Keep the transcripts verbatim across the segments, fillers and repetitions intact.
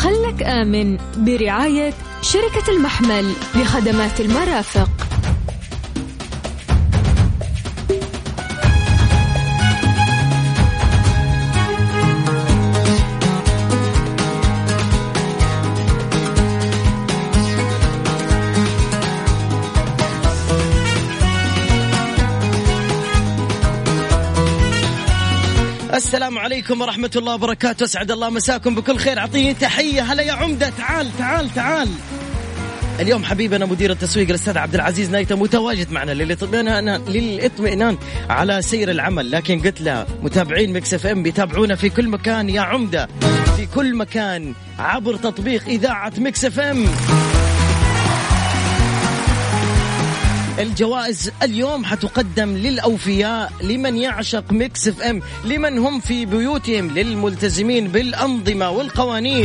خلك آمن برعاية شركة المحمل لخدمات المرافق. السلام عليكم ورحمة الله وبركاته. أسعد الله مساكم بكل خير. أعطيني تحية. هلا يا عمدة. تعال تعال تعال. اليوم حبيبنا مدير التسويق الأستاذ عبد العزيز نايتة متواجد معنا للإطمئنان للإطمئنان على سير العمل، لكن قلت له متابعين ميكس اف ام بيتابعونا في كل مكان يا عمدة، في كل مكان عبر تطبيق إذاعة ميكس اف ام. الجوائز اليوم حتقدم للأوفياء، لمن يعشق ميكس اف ام، لمن هم في بيوتهم، للملتزمين بالأنظمة والقوانين.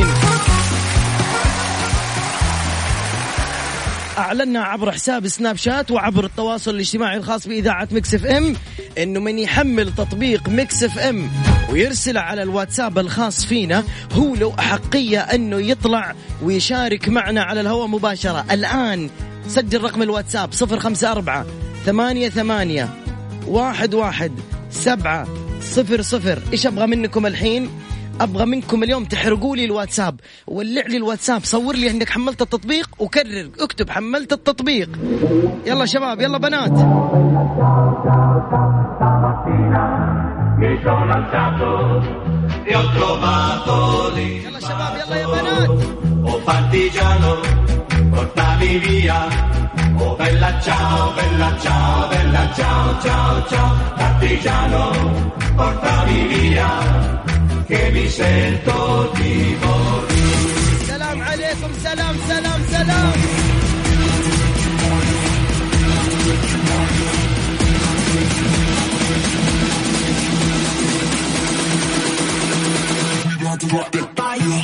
أعلنا عبر حساب سناب شات وعبر التواصل الاجتماعي الخاص بإذاعة ميكس اف ام إنه من يحمل تطبيق ميكس اف ام ويرسل على الواتساب الخاص فينا هو له أحقية إنه يطلع ويشارك معنا على الهواء مباشرة. الآن سجل رقم الواتساب صفر خمسة أربعة ثمانية ثمانية واحد واحد سبعة صفر صفر. إيش أبغى منكم الحين؟ أبغى منكم اليوم تحرقوا لي الواتساب، ولع لي الواتساب، صور لي أنك حملت التطبيق وكرر اكتب حملت التطبيق. يلا شباب، يلا بنات. يلا شباب، يلا يا بنات. Portami via, oh bella ciao, bella ciao, bella ciao, ciao, ciao, partigiano, portami via, che mi sento di morire. Salam alaikum, salam, salam, salam. We want to rock the fire.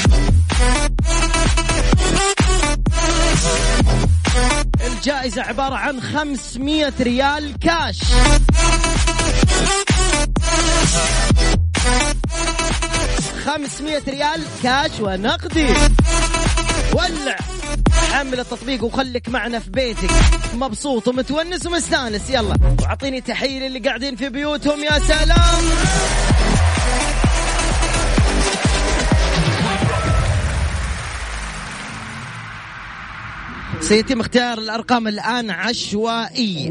الجائزة عبارة عن خمسمية ريال كاش. خمسمية ريال كاش ونقدي. ولع حمل التطبيق وخليك معنا في بيتك مبسوط ومتونس ومستانس. يلا وعطيني تحية اللي قاعدين في بيوتهم. يا سلام. سيتم اختيار الأرقام الآن عشوائي.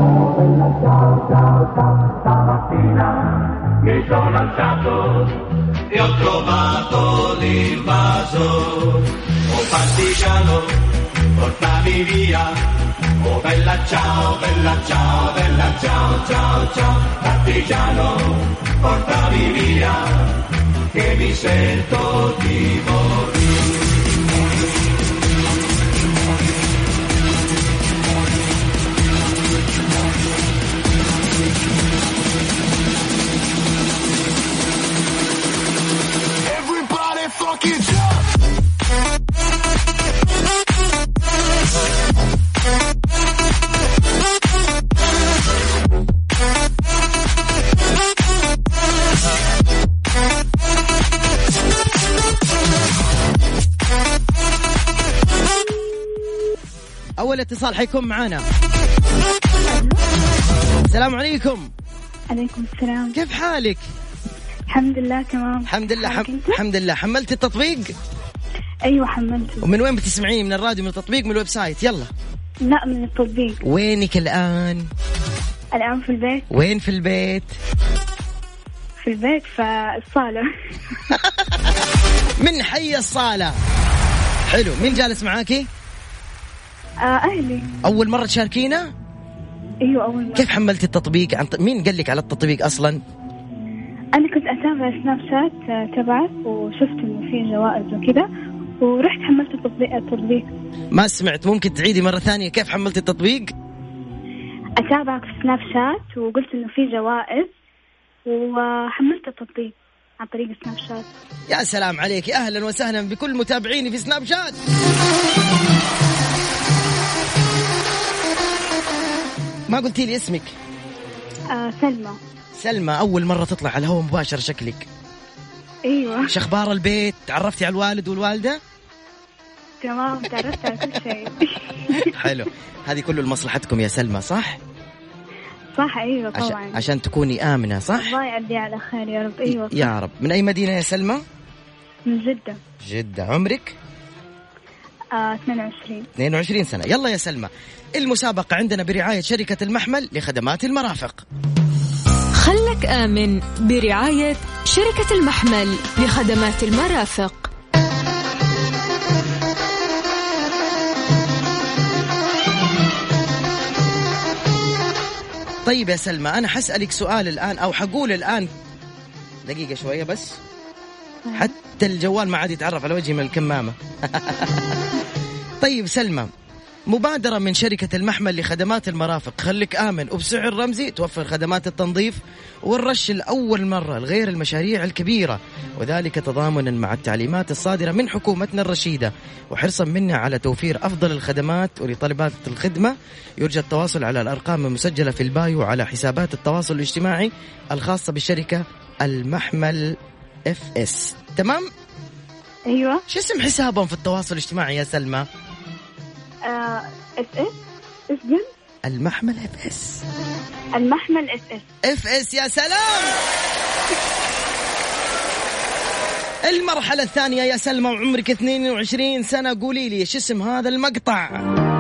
أول اتصال حيكون معانا. السلام عليكم. عليكم السلام. كيف حالك؟ الحمد لله تمام. الحمد لله. حم... الحمد لله. حملت التطبيق؟ أيوة حملته. ومن وين بتسمعيني؟ من الراديو، من التطبيق، من الويب سايت؟ يلا. لا، من التطبيق. وينك الآن؟ الآن في البيت. وين في البيت؟ في البيت في الصالة. من حي الصالة. حلو. مين جالس معاكي؟ آه أهلي. أول مرة تشاركينا؟ أيوة أول مرة. كيف حملت التطبيق؟ عن... مين قال لك على التطبيق أصلا؟ أنا كنت أتابع سناب شات تبعك وشفت إنه في جوائز وكذا ورحت حملت التطبيق. التطبيق ما سمعت، ممكن تعيدي مرة ثانية كيف حملت التطبيق؟ أتابعك في سناب شات وقلت إنه في جوائز وحملت التطبيق عن طريق سناب شات. يا سلام عليك. أهلا وسهلا بكل متابعيني في سناب شات. ما قلتي لي اسمك؟ آه سلمى. سلمى، أول مرة تطلع على الهواء مباشر شكلك. أيوة. شو أخبار البيت؟ تعرفتي على الوالد والوالدة؟ تمام، تعرفت على كل شيء. حلو. هذه كله لمصلحتكم يا سلمى صح؟ صح أيوة طبعا. عشان, عشان تكوني آمنة صح؟ الله يعدي على خير يا رب. أيوة يا رب. من أي مدينة يا سلمى؟ من جدة. جدة. عمرك؟ آه، اثنين وعشرين. اثنين وعشرين سنة. يلا يا سلمى، المسابقة عندنا برعاية شركة المحمل لخدمات المرافق. خلك آمن برعاية شركة المحمل لخدمات المرافق. طيب يا سلمى، أنا حسألك سؤال الآن أو حقول الآن، دقيقة شوية بس، حتى الجوال ما عاد يتعرف على وجهي من الكمامة. طيب سلمى، مبادرة من شركة المحمل لخدمات المرافق خليك آمن وبسعر رمزي، توفر خدمات التنظيف والرش لأول مرة لغير المشاريع الكبيرة، وذلك تضامنا مع التعليمات الصادرة من حكومتنا الرشيدة وحرصا منا على توفير أفضل الخدمات. ولطلبات الخدمة يرجى التواصل على الأرقام المسجلة في البايو على حسابات التواصل الاجتماعي الخاصة بالشركة المحمل اف اس. تمام؟ أيوة. شو اسم حسابهم في التواصل الاجتماعي يا سلمى؟ آه، اس اس اس جن المحمل اف اس. المحمل اس اس اف اس. يا سلام. المرحلة الثانية يا سلمى، وعمرك اثنين وعشرين سنة، قولي لي شو اسم هذا المقطع؟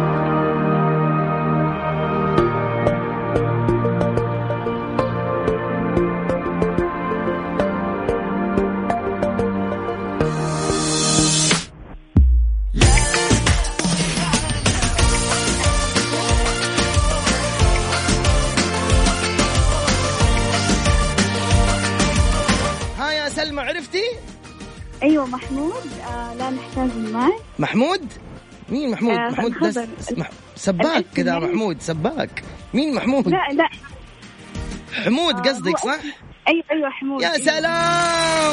عرفتي؟ أيوة محمود. آه لا نحتاج الماء. محمود؟ مين محمود؟ آه محمود بس سباك كذا. محمود سباك. مين محمود؟ لا لا حمود آه قصدك صح؟ أيوة أيوة حمود. يا سلام.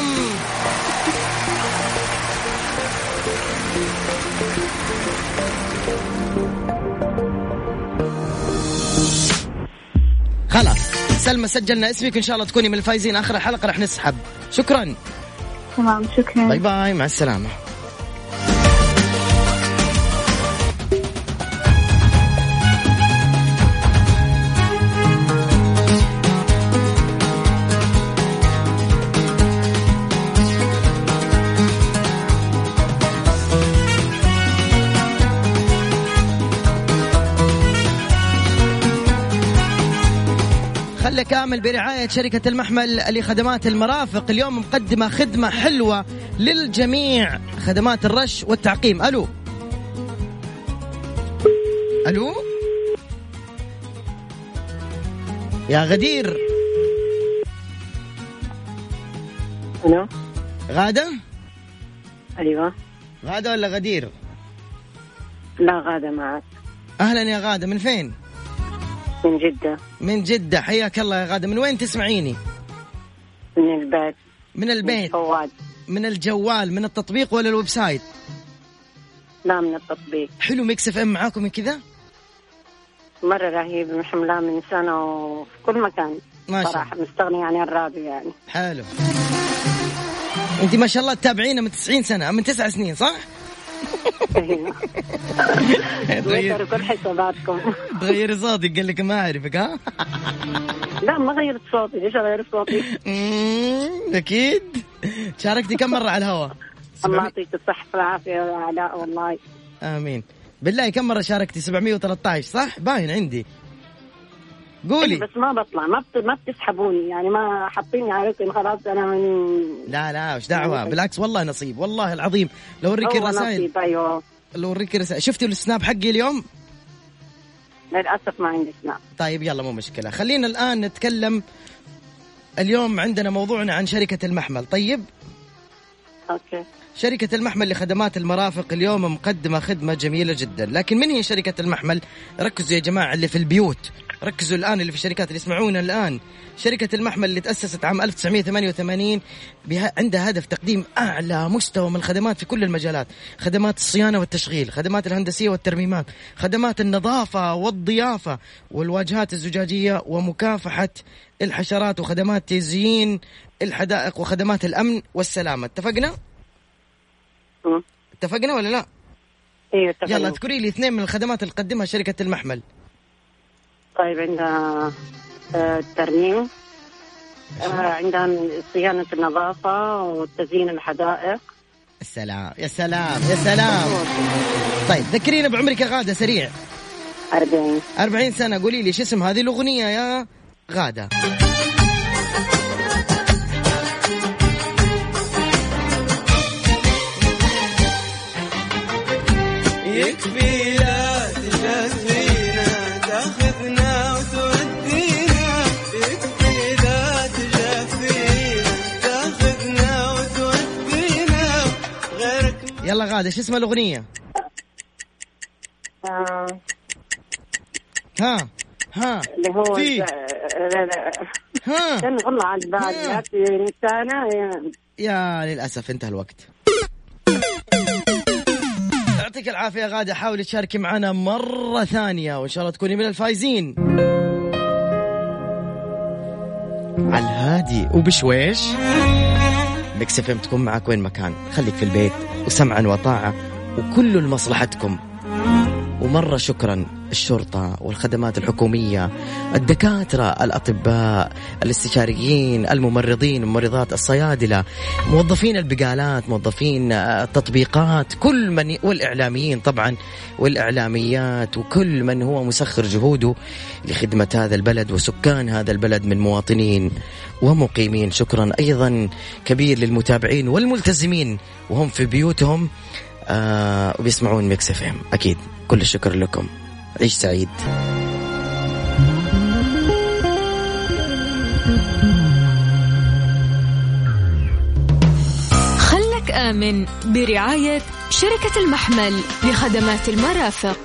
خلاص سلمى سجلنا اسمك، إن شاء الله تكوني من الفايزين. آخر الحلقة رح نسحب. شكرا. تمام شكرا. باي باي مع السلامة. كامل برعاية شركة المحمل لخدمات المرافق. اليوم مقدمة خدمة حلوة للجميع، خدمات الرش والتعقيم. ألو ألو يا غدير. ألو غادة؟ أيوة. غادة ولا غدير؟ لا غادة معك. أهلا يا غادة، من فين؟ من جدة. من جدة، حياك الله يا غادة. من وين تسمعيني؟ من البيت. من البيت؟ من الجوال. من الجوال، من التطبيق ولا الويب سايت؟ لا من التطبيق. حلو. ميكس اف ام معاكم من كذا؟ مرة رهيب، محملة من سنة وفي كل مكان صراحة، مستغني عن الراديو يعني. حلو. انت ما شاء الله تتابعينا من تسعين سنة، من تسع سنين صح؟ غير كل حساباتكم. تغيري صوتك، قال لك ما أعرفك. ها لا ما غيرت صوتي، ليش أغير صوتي؟ أكيد. شاركتي كم مرة على الهواء؟ الله يعطيك الصحة والعافية يا علاء والله. آمين. بالله كم مرة شاركتي؟ سبعمية وثلاثة عشر صح؟ باين عندي. قولي. بس ما بطلع، ما بت... ما بتسحبوني يعني، ما حاطيني عليكم خلاص. أنا من لا لا وش دعوة، بالعكس والله نصيب، والله العظيم. لو أوريك الرسائل. أيوه. لو أوريك الرسائل. شفتي السناب حقي اليوم؟ للأسف ما عندي سناب. طيب يلا مو مشكلة، خلينا الآن نتكلم. اليوم عندنا موضوعنا عن شركة المحمل. طيب أوكي. شركة المحمل لخدمات المرافق اليوم مقدمة خدمة جميلة جدا. لكن من هي شركة المحمل؟ ركزوا يا جماعة اللي في البيوت، ركزوا الآن اللي في الشركات اللي يسمعونا الآن. شركة المحمل اللي تأسست عام ألف وتسعمية وثمانية وثمانين بها عندها هدف تقديم أعلى مستوى من الخدمات في كل المجالات: خدمات الصيانة والتشغيل، خدمات الهندسية والترميمات، خدمات النظافة والضيافة والواجهات الزجاجية، ومكافحة الحشرات وخدمات تزيين الحدائق وخدمات الأمن والسلامة. اتفقنا؟ م. اتفقنا ولا لا؟ ايوه اتفقنا. يلا اذكري لي اثنين من الخدمات اللي تقدمها شركة المحمل. طيب عندها الترميم، عندها صيانة النظافة وتزيين الحدائق. السلام يا سلام يا سلام. طيب ذكرينا بعمرك يا غادة سريع. أربعين. أربعين سنة. قولي لي شو اسم هذه الأغنية يا غادة؟ يكفي لا تجفينا تاخذنا وتودينا، يكفي لا تجفينا تاخذنا وتودينا غيرك. يلا غادة شو اسم الأغنية؟ آه. ها ها اللي هو في ها كان والله عاد بعد نسانا يا للأسف انتهى الوقت. يعطيك العافية يا غادة، حاولي تشاركي معنا مرة ثانية وإن شاء الله تكوني من الفايزين. على الهادي وبشويش ميكس اف ام تكون معك وين مكان، خليك في البيت وسمعا وطاعة وكل لمصلحتكم. ومرة شكرا الشرطة والخدمات الحكومية، الدكاترة، الأطباء، الاستشاريين، الممرضين، ممرضات، الصيادلة، موظفين البقالات، موظفين التطبيقات، كل من، والإعلاميين طبعا والإعلاميات، وكل من هو مسخر جهوده لخدمة هذا البلد وسكان هذا البلد من مواطنين ومقيمين. شكرا أيضا كبير للمتابعين والملتزمين وهم في بيوتهم آه وبيسمعون ميكس اف ام. أكيد كل الشكر لكم. عيش سعيد. خلك آمن برعاية شركة المحمل لخدمات المرافق.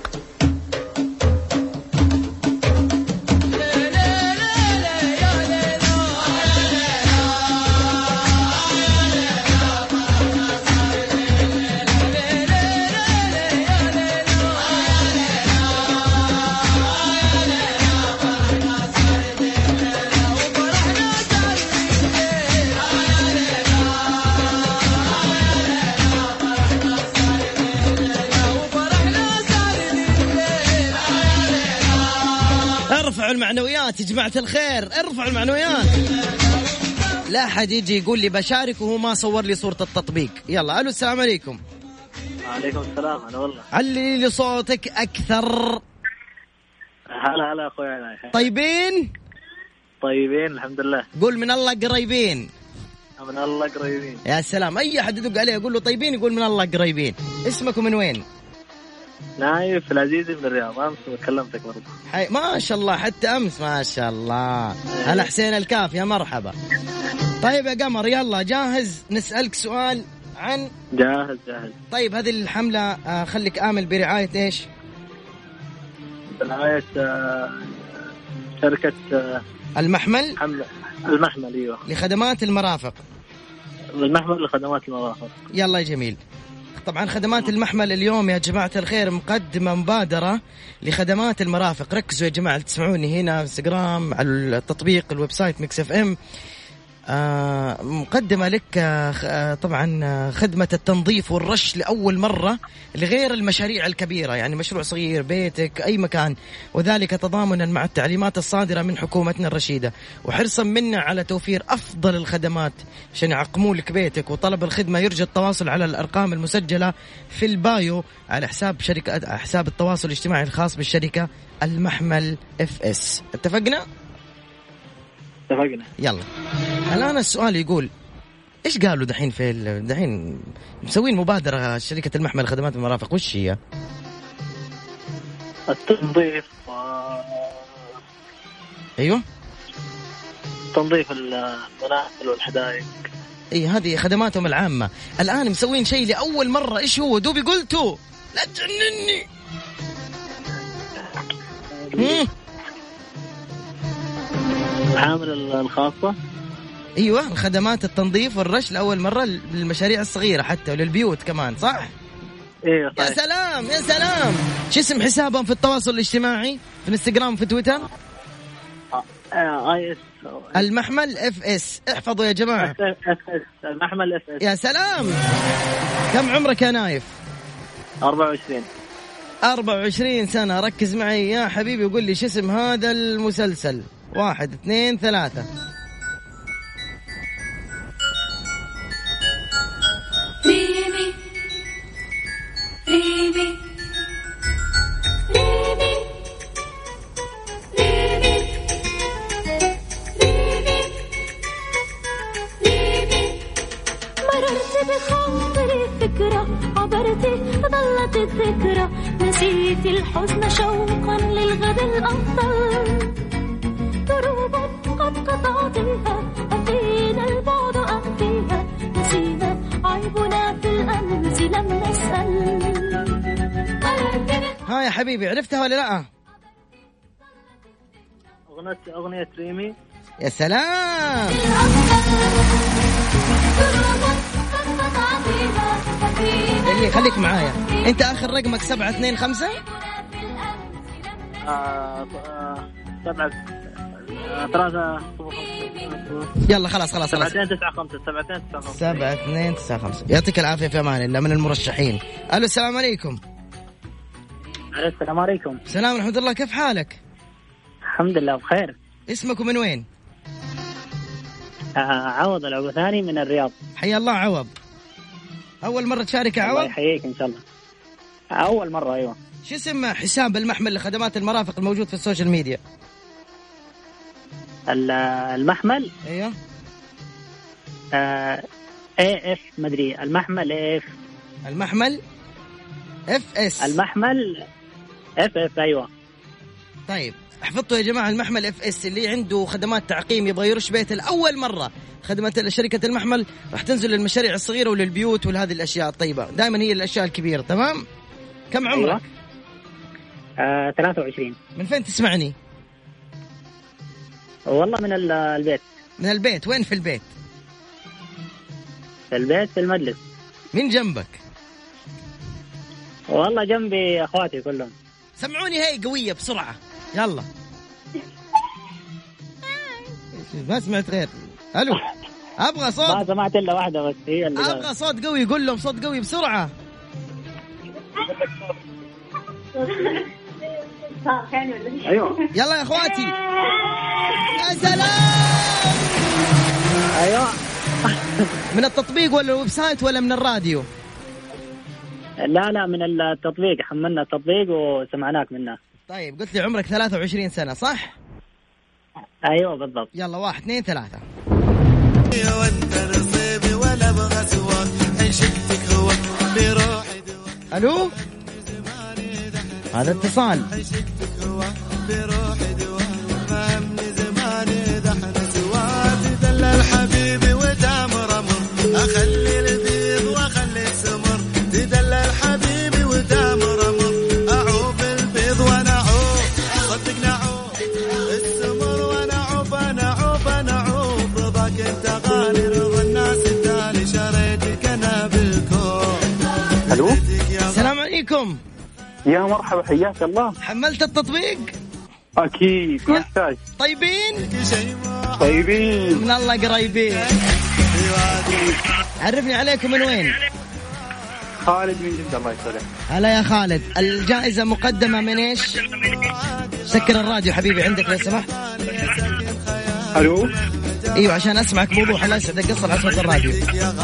المعنويات يا جماعة الخير، ارفعوا المعنويات. لا حد يجي يقول لي بشارك وهو ما صور لي صورة التطبيق. يلا ألو السلام عليكم. وعليكم السلام. أنا والله علي لي صوتك أكثر. هلا هلا أخوي. طيبين طيبين الحمد لله. قول من الله قريبين. من الله قريبين. يا سلام. أي أحد يدق عليه يقول له طيبين يقول من الله قريبين. اسمك من وين؟ نايف العزيزي من الرياض. أمس كلمتك برضه. حي... ما شاء الله حتى أمس ما شاء الله. هلا حسين الكاف يا مرحبا. طيب يا قمر يلا جاهز نسألك سؤال عن. جاهز جاهز. طيب هذه الحملة آه خليك آمن برعاية إيش؟ برعاية آه شركة آه المحمل. حملة المحمل ايوه لخدمات المرافق. المحمل لخدمات المرافق. يلا يا جميل. طبعا خدمات المحمل اليوم يا جماعة الخير مقدمة مبادرة لخدمات المرافق. ركزوا يا جماعة اللي تسمعوني هنا انستغرام على التطبيق الويب سايت ميكس اف ام. آه مقدمة لك آه طبعا خدمة التنظيف والرش لأول مرة لغير المشاريع الكبيرة، يعني مشروع صغير بيتك أي مكان، وذلك تضامنا مع التعليمات الصادرة من حكومتنا الرشيدة وحرصا منا على توفير أفضل الخدمات عشان يعقموا لك بيتك. وطلب الخدمة يرجى التواصل على الأرقام المسجلة في البايو على حساب شركة حساب التواصل الاجتماعي الخاص بالشركة المحمل اف اس. اتفقنا؟ اتفقنا. يلا الآن السؤال يقول إيش قالوا دحين في دحين مسوين مبادرة شركة المحمل خدمات المرافق، وش هي؟ التنظيف. أيوة تنظيف المنازل والحدائق. إيه هذه خدماتهم العامة. الآن مسوين شيء لأول مرة. إيش هو؟ دوبي قلتوا لا تجنني. العامل الخاصة. ايوه الخدمات التنظيف والرش لاول مره للمشاريع الصغيره حتى وللبيوت كمان صح. ايوه يا سلام يا سلام. شو اسم حسابهم في التواصل الاجتماعي في الانستغرام في تويتر؟ اي اس المحمل اف اس. احفظوا يا جماعة. اف اس المحمل اف اس. يا سلام. كم عمرك يا نايف؟ أربعة وعشرين. أربعة وعشرين سنة. ركز معي يا حبيبي وقول لي شو اسم هذا المسلسل. واحد اثنين ثلاثة. ريمي ريمي ريمي ريمي ريمي ريمي. مررت بخاطري فكرة عبرت ظلت الذكرى نسيت الحزن شوقا للغد الأفضل. دروب قد قطعتها أفيد البعد أم فيها نسينا عيبنا في الأمس لم نسأل. ها يا حبيبي عرفتها ولا لا؟ أغنية أغنية ريمي. يا سلام. دقيقة خليك معايا. أنت آخر رقمك سبعة اثنين خمسة. آه سبعة ثلاثة. يلا خلاص خلاص خلاص. سبعتين تسعة خمسة. سبعتين تسعة خمسة. سبعة اثنين تسعة خمسة. يعطيك العافية في أمان الله. من المرشحين. ألو السلام عليكم. السلام عليكم. السلام ورحمة الله. كيف حالك؟ الحمد لله بخير. اسمك ومن وين؟ آه عوض العبثاني من الرياض. حيا الله عوض. أول مرة تشارك يا عوض؟ الله يحييك إن شاء الله. أول مرة. أيوة. شو اسم حساب المحمل لخدمات المرافق الموجود في السوشيال ميديا؟ المحمل. ايوه. آه اي اف مدري. المحمل اي اف. المحمل اف اس. المحمل اف اف. ايوه. طيب احفظوا يا جماعه. المحمل اف اس اللي عنده خدمات تعقيم يبغى يرش بيته لاول مره. خدمات شركه المحمل راح تنزل للمشاريع الصغيره وللبيوت ولهذه الاشياء الطيبه. دائما هي الاشياء الكبيره. تمام. كم عمرك؟ أيوة. آه ثلاثة وعشرين. من فين تسمعني؟ والله من البيت. من البيت. وين في البيت؟ في البيت في المجلس. مين جنبك؟ والله جنبي أخواتي كلهم. سمعوني هاي قوية بسرعة. يلا. ما سمعت غير. ألو. أبغى صوت. ما سمعت إلا واحدة بس هي اللي أبغى جاي. صوت قوي. قول لهم صوت قوي بسرعة. أيوة. يلا يا أخواتي. يا سلام. أيوة. من التطبيق ولا الويب سايت ولا من الراديو؟ لا لا من التطبيق. حملنا التطبيق وسمعناك منه. طيب قلت لي عمرك ثلاثة وعشرين سنة صح؟ أيوة بالضبط. يلا واحد اثنين ثلاثة. ألو. هذا اتصال. الحبيبي ودامر امر اخلي البيض واخلي السمر تدلل الحبيبي ودامر امر اعوب البيض وانا اعوب صدقنا اعوب السمر وانا اعوب انا اعوب انا اعوب رضاك انت غالي رضا الناس التالي شريتك انا بالكون. الو. السلام عليكم. يا مرحبا حياك الله. حملت التطبيق؟ اكيد ما يحتاج. طيبين طيبين من الله قريبين. عرفني عليكم من وين؟ خالد من جدة. الله يسلمك. هلا يا خالد. الجائزة مقدمة من ايش؟ سكر الراديو حبيبي عندك لو سمحت. الو. ايوه عشان اسمعك بوضوح. الله يسعدك. قصر على صوت الراديو.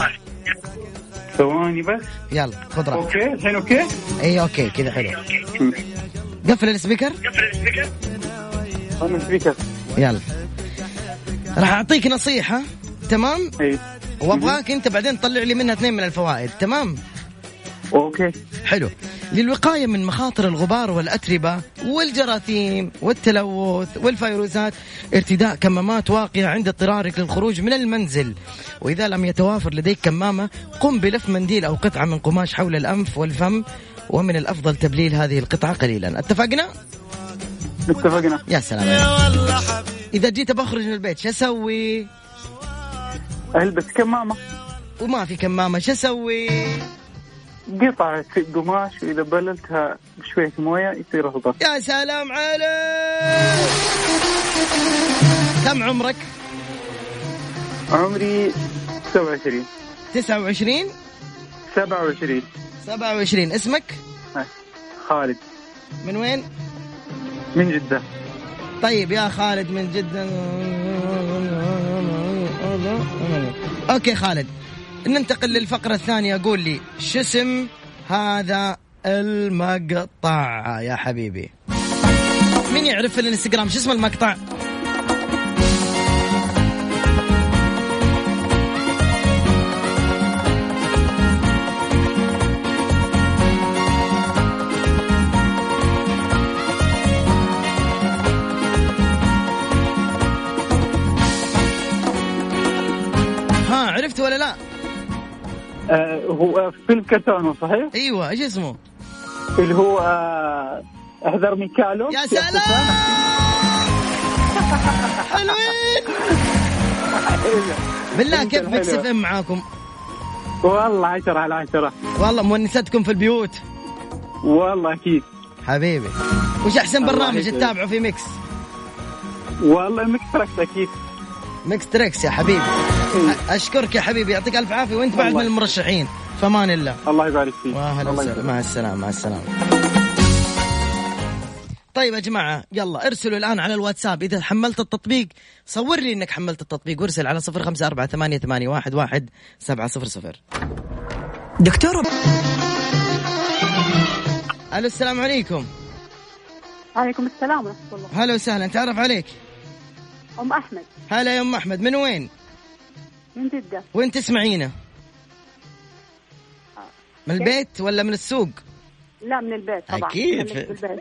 ثواني بس. يلا خذ راحتك. اوكي الحين اوكي. اي اوكي كذا حلو. قفل السبيكر. انا السبيكر. يلا راح اعطيك نصيحة. تمام. اي. وابغاك انت بعدين تطلع لي منها اثنين من الفوائد. تمام. اوكي حلو. للوقاية من مخاطر الغبار والأتربة والجراثيم والتلوث والفيروسات ارتداء كمامات واقية عند اضطرارك للخروج من المنزل. وإذا لم يتوافر لديك كمامة قم بلف منديل أو قطعة من قماش حول الأنف والفم. ومن الأفضل تبليل هذه القطعة قليلا. اتفقنا؟ اتفقنا. يا سلام. إذا جيت بخرج من البيت شو أسوي؟ ألبس كمامة. وما في كمامة شو أسوي؟ قطعة قماش وإذا بللتها بشوية موية يصير أفضل. يا سلام عليك. كم عمرك؟ عمري سبعة وعشرين. تسعة وعشرين. سبعة وعشرين. سبعة وعشرين. اسمك؟ خالد. من وين؟ من جدة. طيب يا خالد من جدة. اوكي خالد، ننتقل للفقرة الثانية. قول لي شو اسم هذا المقطع يا حبيبي؟ مين يعرف في الانستغرام شو اسم المقطع؟ ها عرفت ولا لا؟ آه هو فيلم كرتون صحيح؟ ايوه، ايش اسمه؟ اللي هو آه احذر من كالو. يا سلام حلوين. بالله كيف ميكس اف ام معاكم؟ والله عشرة على عشرة. والله مونستكم في البيوت. والله أكيد حبيبي. وش أحسن برنامج تتابعه في ميكس؟ والله ميكس تركس أكيد. ميكس تركس يا حبيبي. أشكرك يا حبيبي، يعطيك ألف عافية، وأنت بعد من المرشحين. فمان الله. الله يبارك فيك. وأهلا وسهلا. مع السلامة. مع السلامة. طيب يا جماعة يلا ارسلوا الآن على الواتساب إذا حملت التطبيق، صور لي إنك حملت التطبيق وارسل على صفر خمسة أربعة ثمانية ثمانية واحد واحد سبعة صفر صفر. دكتور. ألو السلام عليكم. عليكم السلام ورحمة الله. هلا وسهلا، تعرف عليك؟ أم أحمد. هلا يا أم أحمد، من وين؟ من جدة. وين تسمعينا؟ من البيت ولا من السوق؟ لا من البيت طبعا. أكيد في البيت.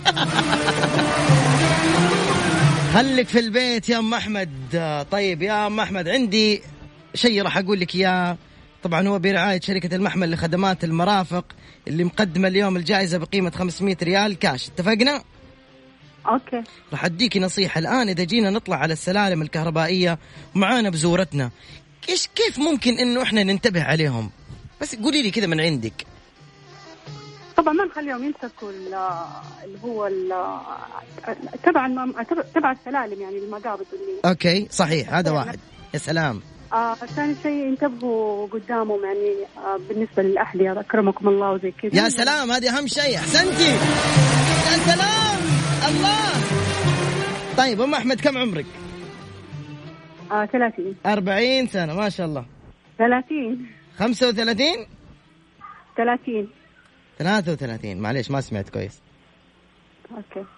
خليك في البيت يا أم أحمد. طيب يا أم أحمد عندي شيء راح أقول لك إياه، طبعا هو برعاية شركة المحمل لخدمات المرافق اللي مقدمة اليوم الجائزة بقيمة خمسمية ريال كاش. اتفقنا؟ أوكي. راح أديكي نصيحة الآن. إذا جينا نطلع على السلالم الكهربائية ومعانا بزورتنا، إيش كيف ممكن إنه إحنا ننتبه عليهم؟ بس قولي لي كذا من عندك. طبعا ما نخليهم يمسكوا اللي هو تبع تبع السلالم، يعني المقابض اللي. اوكي صحيح، هذا واحد. يا سلام. آه ثاني شيء انتبهوا قدامهم، يعني آه بالنسبه للاحذيه اكرمكم الله وزي كذا. يا سلام، هذه اهم شيء. احسنتي. يا سلام الله. طيب ام احمد كم عمرك؟ آه ثلاثين. أربعين سنة ما شاء الله. ثلاثين. خمسة وثلاثين. ثلاثين. ثلاثة وثلاثين. معليش ما سمعت كويس. اوكي.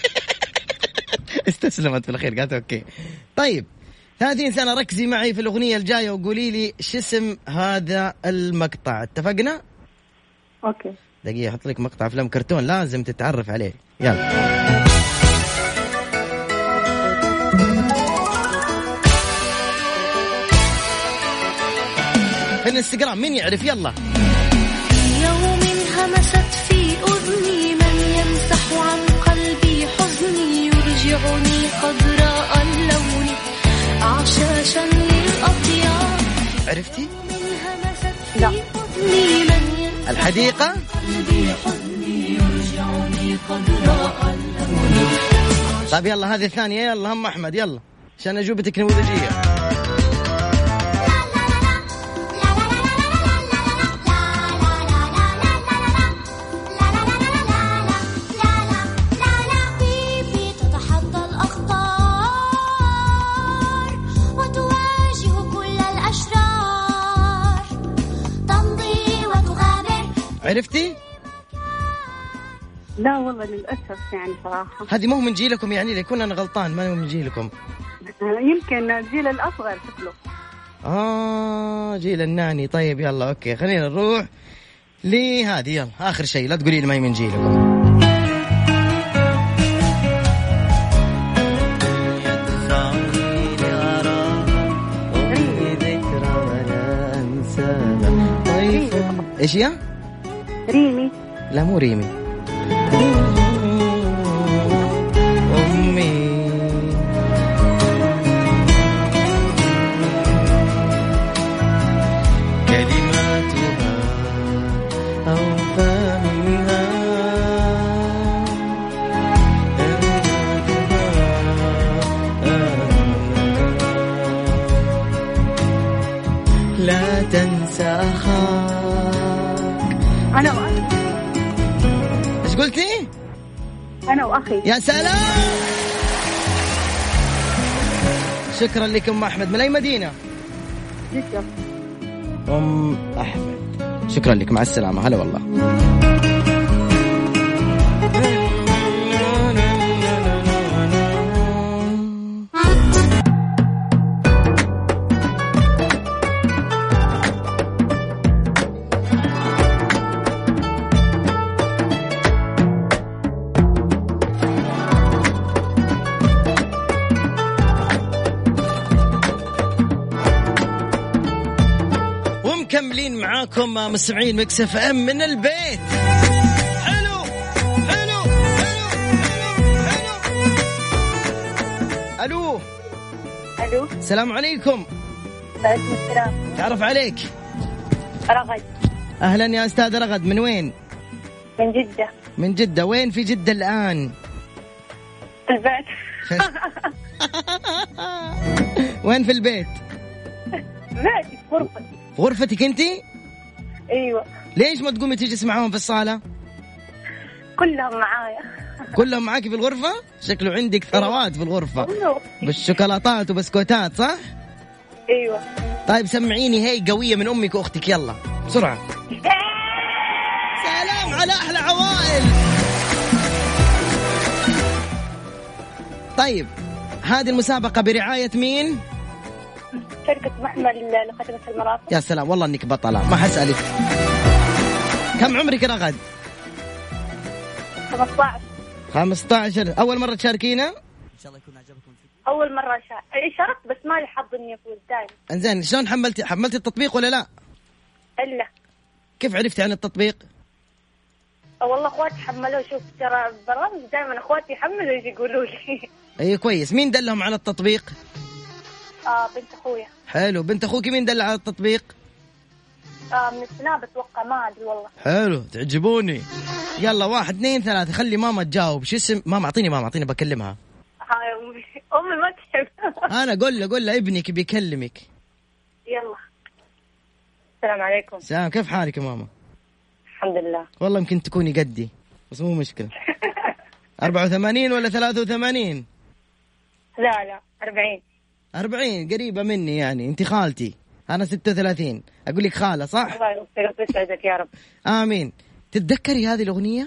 استسلمت في الأخير قالت اوكي. طيب ثلاثين سنة. ركزي معي في الأغنية الجاية وقولي لي شو اسم هذا المقطع. اتفقنا؟ اوكي. دقيقة احط لك مقطع فيلم كرتون لازم تتعرف عليه. يلا. في الانستغرام مين يعرف؟ يلا. يوم همست في أذني من يمسح عن قلبي حزني يرجعني خضراء اللون عشاشا للأطيار. عرفتي؟ لا. الحديقة. طيب يلا هذه الثانية. يلا هم أحمد يلا عشان أجوبة تكنولوجية. عرفتي؟ لا والله للأسف يعني صراحة. هذه مو من جيلكم يعني، ليكون أنا غلطان ما هو من جيلكم. يمكن جيل الأصغر شكله. آه جيل الناني. طيب يلا أوكي خلينا نروح لهذه. يلا آخر شيء لا تقولي لي ما هي من جيلكم. إيش يا؟ ريمي. لا مو ريمي. أمي. كلماتها أوفى منها. أنا وأخي. يا سلام. شكرا لكم أم أحمد. من أي مدينة؟ جدة. أم أحمد شكرا لك، مع السلامة. هلا والله. مكملين معاكم مستمعين ميكس اف ام من البيت. حلو حلو حلو حلو. الو الو السلام عليكم. وعليكم السلام. تعرف عليك؟ رغد. اهلا يا استاذ رغد، من وين؟ من جدة. من جدة. وين في جدة الان؟ في البيت. وين في البيت؟ بيتي في غرفتي. في غرفتك انتي؟ ايوه. ليش ما تقومي تيجي تسمعهم في الصالة؟ كلهم معايا. كلهم معاكي في الغرفة؟ شكله عندك ثروات في الغرفة بالشوكولاتات وبسكوتات صح؟ ايوه. طيب سمعيني هي قوية من امك واختك يلا بسرعة. سلام على احلى عوائل. طيب هذه المسابقة برعاية مين؟ شركة محمل لخدمة المرافق. يا سلام والله انك بطلة، ما حسألك. كم عمرك رغد؟ خمسة عشر. خمسة عشر. أول مرة تشاركينا؟ إن شاء الله يكون عجبكم. أول مرة شاركت بس ما لي حظ إني أفوز دائما. إنزين شلون حملتي؟ حملتي التطبيق ولا لا؟ إلا. كيف عرفتي عن التطبيق؟ والله أخواتي حملوه. شوف ترى برامج دائما أخواتي يحملوا يجي يقولوا لي. أي كويس. مين دلهم على التطبيق؟ آه بنت أخويا. حلو. بنت أخوك مين دل على التطبيق؟ آه من السناب أتوقع، ما أدري والله. حلو تعجبوني. يلا واحد اثنين ثلاثة. خلي ماما تجاوب. شو اسم ماما؟ أعطيني ماما، أعطيني بكلمها. هاي أمي. أمي ما تحب. أنا قول له قول له ابنك بيكلمك. يلا. السلام عليكم. سلام. كيف حالك يا ماما؟ الحمد لله. والله يمكن تكوني قدي بس مو مشكلة. أربعة وثمانين ولا ثلاثة وثمانين؟ لا لا أربعين. أربعين قريبة مني يعني. أنت خالتي. أنا ستة وثلاثين. أقول لك خالة صح؟ الله يسعدك يا رب. آمين. تتذكري هذه الأغنية؟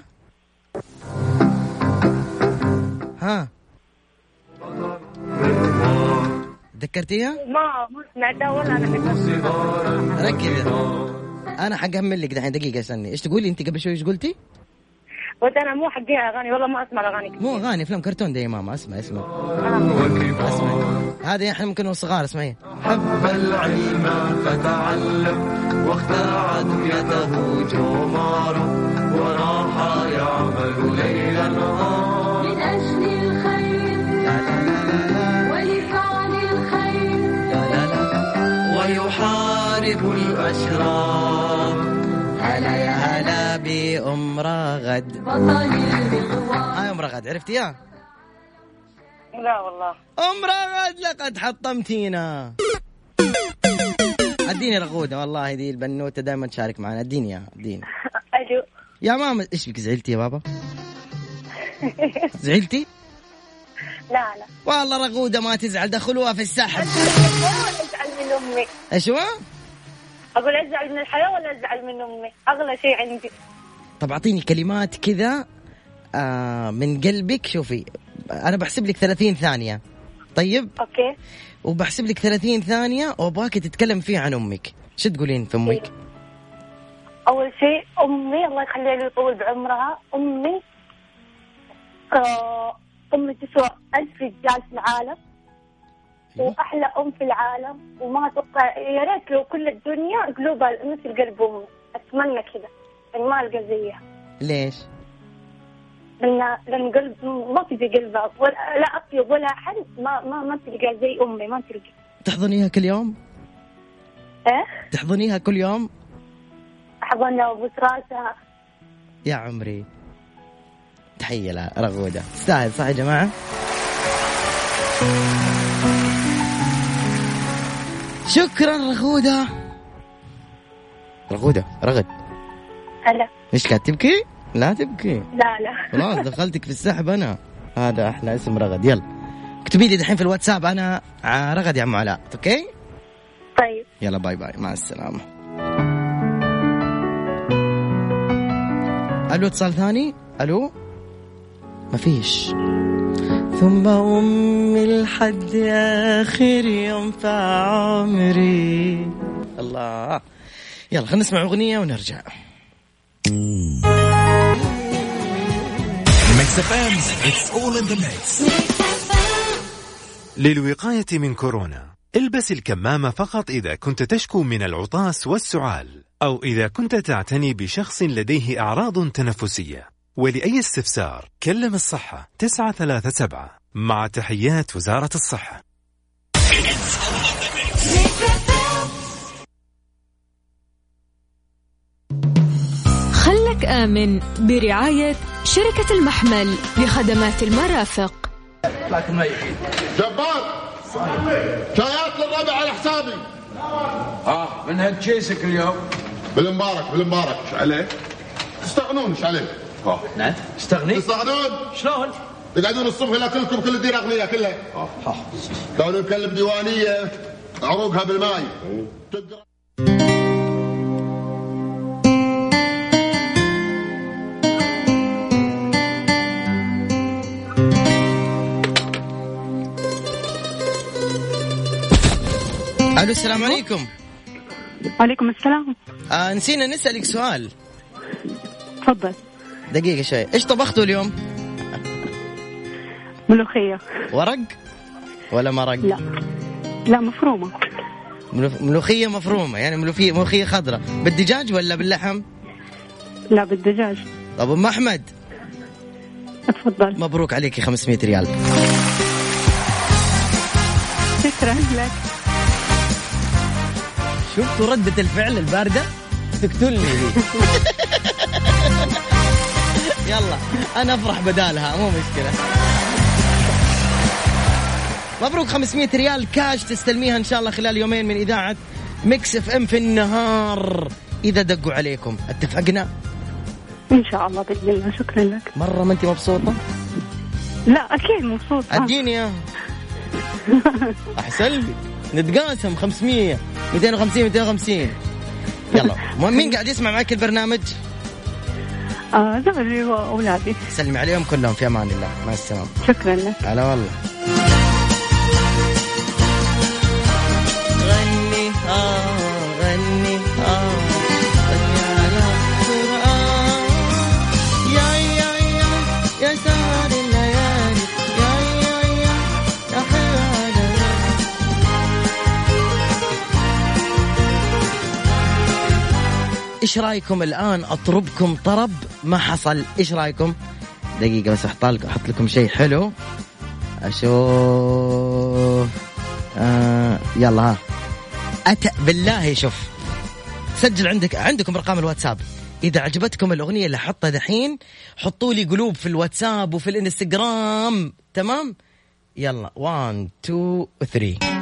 ها تذكرتيها؟ ما ما سمعتها ولا أنا. ركزي أنا حقهمل لك دحين دقيقة استني. إيش تقولي أنت قبل شوي؟ إيش قلتي؟ وأنت أنا مو حقيها أغاني والله، ما أسمع الأغاني كتير. مو أغاني أفلام كرتون ده يا ماما. اسمع اسمع آه. اسمع هذه إحنا ممكن صغار. اسمعي. حب العلم فتعلم واخترع دنيته جماره وراح يعمل ليلا نهار من أجل الخير ولفعل الخير ويحارب الأشرار. هلا يا هلا بأم رغد. هاي أم رغد عرفتيها؟ لا والله. أم رغد لقد حطمتينا. اديني رغودة والله دي البنوتة دائما تشارك معنا. اديني يا اديني. ألو يا ماما ايش بك زعلتي يا بابا؟ زعلتي؟ لا لا والله رغودة ما تزعل. دخلوها في السحب. أزعل من أمي. ايش هو؟ أقول أزعل من الحياة ولا أزعل من أمي؟ أغلى شيء عندي. طب أعطيني كلمات كذا آه من قلبك. شوفي أنا بحسب لك ثلاثين ثانية. طيب أوكي. وبحسب لك ثلاثين ثانية وأبغاك تتكلم فيه عن أمك. شو تقولين في أمك؟ أول شيء أمي الله يخليها لي ويطول بعمرها. أمي آه أمي تسوى ألف رجال في العالم وأحلى أم في العالم. وما أتوقع يا ريت لو كل الدنيا قلوبها مثل قلب أمي. أتمنى كذا يعني ما ألقى زيها. ليش؟ لأن لأن قلب ما في زي قلبها ولا لا أطيب ولا حد. ما ما ما تلقى زي أمي. ما تلقى. تحضنيها كل يوم؟ إيه؟ تحضنيها كل يوم؟ أحضنها وبوس راسها. يا عمري تحية لها رغودة. تستاهل صح يا جماعة؟ شكرا رغودة. رغودة رغد هلا. ايش قاعد تبكي؟ لا تبكي. لا لا خلاص دخلتك في السحب أنا. هذا أحلى اسم رغد. يلا اكتبي لي دحين في الواتساب أنا رغد يا عم علاء. أوكي طيب يلا باي باي مع السلامة. ألو اتصال ثاني. ألو ما فيش. ثم أمي لحد آخر يوم في عمري. الله يلا خلينا نسمع أغنية ونرجع. للوقاية من كورونا البس الكمامة فقط إذا كنت تشكو من العطاس والسعال أو إذا كنت تعتني بشخص لديه أعراض تنفسية. ولأي استفسار كلم الصحة تسعة ثلاثة سبعة. مع تحيات وزارة الصحة. خلك آمن برعاية شركة المحمل لخدمات المرافق. جبار شايات للربع على حسابي. اه من هالجيسك اليوم بالمبارك بالمبارك. ايش عليه؟ تستغنون ايش عليه؟ اه نعم تستغني؟ تستغنون شلون؟ تقعدون الصبح لاكلكم كل الدين اغنياء كلها. اه كانوا نكلم ديوانيه عروقها بالماي. تقرا ألو السلام عليكم. وعليكم السلام. آه نسينا نسألك سؤال. تفضل. دقيقة شوي. إيش طبختوا اليوم؟ ملوخية. ورق ولا مرق؟ لا لا مفرومة. ملوخية مفرومة يعني ملوخية ملوخية خضراء بالدجاج ولا باللحم؟ لا بالدجاج. طب أم أحمد اتفضل. مبروك عليكي خمسمية ريال. شكرا لك. شفتوا ردة الفعل الباردة؟ تقتلني دي. يلا أنا أفرح بدالها مو مشكلة. مبروك خمسمية ريال كاش تستلميها إن شاء الله خلال يومين من إذاعة ميكس اف ام في النهار إذا دقوا عليكم. اتفقنا؟ إن شاء الله بإذن الله. شكرا لك. مرة ما أنت مبسوطة؟ لا أكيد مبسوطة. أديني يا أحسن لي نتقاسم خمسمية مئتين وخمسين مئتين وخمسين. يلا مين قاعد يسمع معك البرنامج؟ آه زوجي وأولادي. سلمي عليهم كلهم في أمان الله. مع السلامة. شكرا لك. هلا والله. غني آه غني آه غني على سرعة يا يا يا يا سهر الليالي يا يا يا يا حلال. إيش رأيكم الآن أطربكم طرب ما حصل؟ إيش رأيكم؟ دقيقة بس أحط لكم أحط لكم شيء حلو أشوف. آه يلا ها أت بالله شوف سجل عندك عندكم أرقام الواتساب. إذا عجبتكم الأغنية اللي حطها دحين حطوا لي قلوب في الواتساب وفي الانستغرام. تمام يلا واحد اثنين ثلاثة.